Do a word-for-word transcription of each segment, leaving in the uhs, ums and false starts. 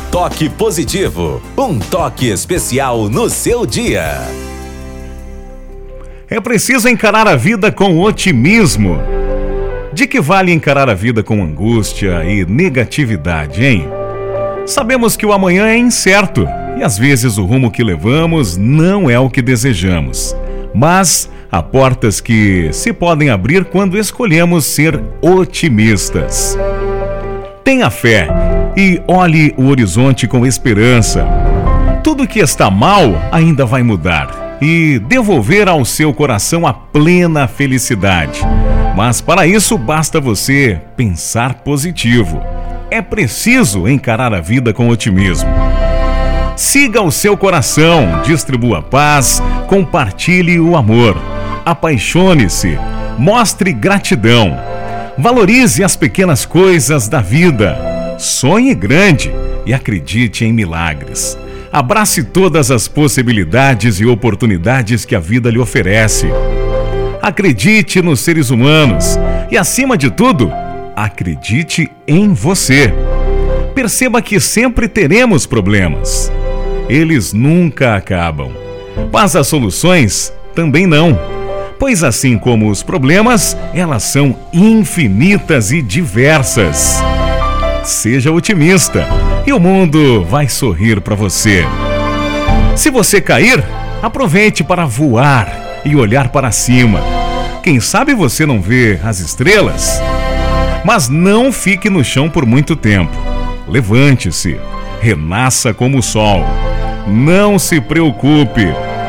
Toque positivo, um toque especial no seu dia. É preciso encarar a vida com otimismo. De que vale encarar a vida com angústia e negatividade, hein? Sabemos que o amanhã é incerto e às vezes o rumo que levamos não é o que desejamos. Mas há portas que se podem abrir quando escolhemos ser otimistas. Tenha fé e olhe o horizonte com esperança. Tudo que está mal ainda vai mudar e devolver ao seu coração a plena felicidade. Mas para isso basta você pensar positivo. É preciso encarar a vida com otimismo. Siga o seu coração, distribua paz, compartilhe o amor. Apaixone-se, mostre gratidão. Valorize as pequenas coisas da vida. Sonhe grande e acredite em milagres. Abrace todas as possibilidades e oportunidades que a vida lhe oferece. Acredite nos seres humanos e, acima de tudo, acredite em você. Perceba que sempre teremos problemas. Eles nunca acabam, mas as soluções também não. Pois assim como os problemas, elas são infinitas e diversas. Seja otimista e o mundo vai sorrir para você. Se você cair, aproveite para voar e olhar para cima. Quem sabe você não vê as estrelas? Mas não fique no chão por muito tempo. Levante-se, renasça como o sol. Não se preocupe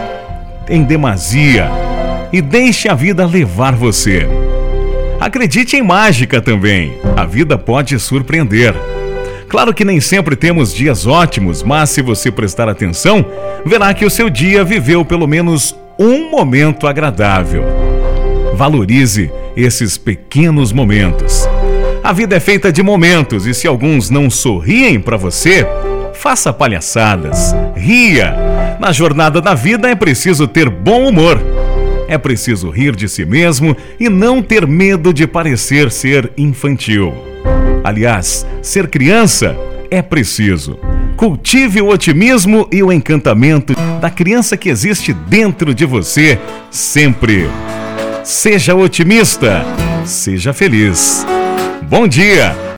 em demasia e deixe a vida levar você. Acredite em mágica também. A vida pode surpreender. Claro que nem sempre temos dias ótimos, mas se você prestar atenção, verá que o seu dia viveu pelo menos um momento agradável. Valorize esses pequenos momentos. A vida é feita de momentos e se alguns não sorriem para você, faça palhaçadas, ria. Na jornada da vida é preciso ter bom humor. É preciso rir de si mesmo e não ter medo de parecer ser infantil. Aliás, ser criança é preciso. Cultive o otimismo e o encantamento da criança que existe dentro de você sempre. Seja otimista, seja feliz. Bom dia!